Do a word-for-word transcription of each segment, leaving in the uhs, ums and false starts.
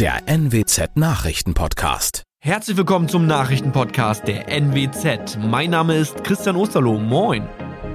der N W Z-Nachrichten-Podcast. Herzlich willkommen zum Nachrichtenpodcast der N W Z. Mein Name ist Christian Osterloh. Moin.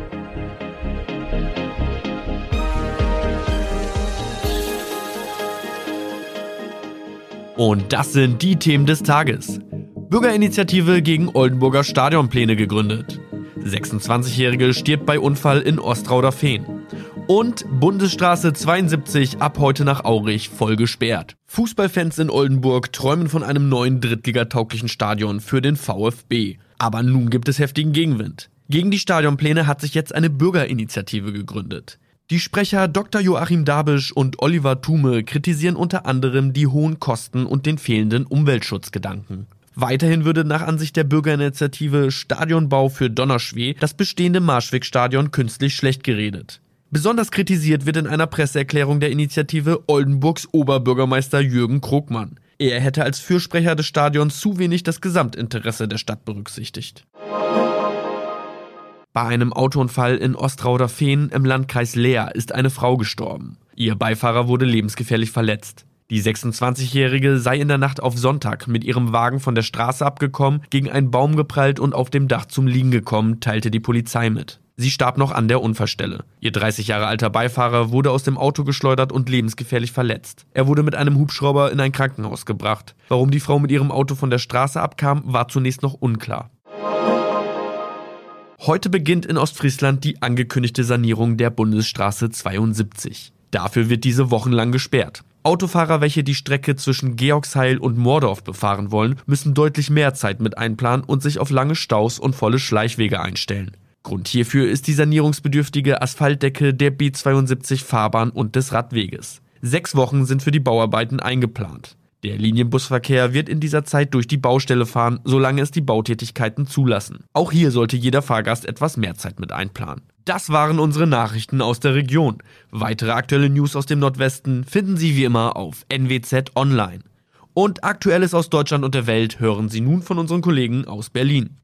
Und das sind die Themen des Tages. Bürgerinitiative gegen Oldenburger Stadionpläne gegründet. sechsundzwanzigjährige stirbt bei Unfall in Ostrauder-Fehn. Und Bundesstraße zweiundsiebzig ab heute nach Aurich voll gesperrt. Fußballfans in Oldenburg träumen von einem neuen drittligatauglichen Stadion für den VfB. Aber nun gibt es heftigen Gegenwind. Gegen die Stadionpläne hat sich jetzt eine Bürgerinitiative gegründet. Die Sprecher Doktor Joachim Dabisch und Oliver Thume kritisieren unter anderem die hohen Kosten und den fehlenden Umweltschutzgedanken. Weiterhin würde nach Ansicht der Bürgerinitiative Stadionbau für Donnerschweh das bestehende Marschwegstadion künstlich schlecht geredet. Besonders kritisiert wird in einer Presseerklärung der Initiative Oldenburgs Oberbürgermeister Jürgen Krogmann. Er hätte als Fürsprecher des Stadions zu wenig das Gesamtinteresse der Stadt berücksichtigt. Bei einem Autounfall in Ostrauder-Fehn im Landkreis Leer ist eine Frau gestorben. Ihr Beifahrer wurde lebensgefährlich verletzt. Die sechsundzwanzigjährige sei in der Nacht auf Sonntag mit ihrem Wagen von der Straße abgekommen, gegen einen Baum geprallt und auf dem Dach zum Liegen gekommen, teilte die Polizei mit. Sie starb noch an der Unfallstelle. Ihr dreißig Jahre alter Beifahrer wurde aus dem Auto geschleudert und lebensgefährlich verletzt. Er wurde mit einem Hubschrauber in ein Krankenhaus gebracht. Warum die Frau mit ihrem Auto von der Straße abkam, war zunächst noch unklar. Heute beginnt in Ostfriesland die angekündigte Sanierung der Bundesstraße zweiundsiebzig. Dafür wird diese wochenlang gesperrt. Autofahrer, welche die Strecke zwischen Georgsheil und Moordorf befahren wollen, müssen deutlich mehr Zeit mit einplanen und sich auf lange Staus und volle Schleichwege einstellen. Grund hierfür ist die sanierungsbedürftige Asphaltdecke der B zweiundsiebzig Fahrbahn und des Radweges. Sechs Wochen sind für die Bauarbeiten eingeplant. Der Linienbusverkehr wird in dieser Zeit durch die Baustelle fahren, solange es die Bautätigkeiten zulassen. Auch hier sollte jeder Fahrgast etwas mehr Zeit mit einplanen. Das waren unsere Nachrichten aus der Region. Weitere aktuelle News aus dem Nordwesten finden Sie wie immer auf N W Z Online. Und Aktuelles aus Deutschland und der Welt hören Sie nun von unseren Kollegen aus Berlin.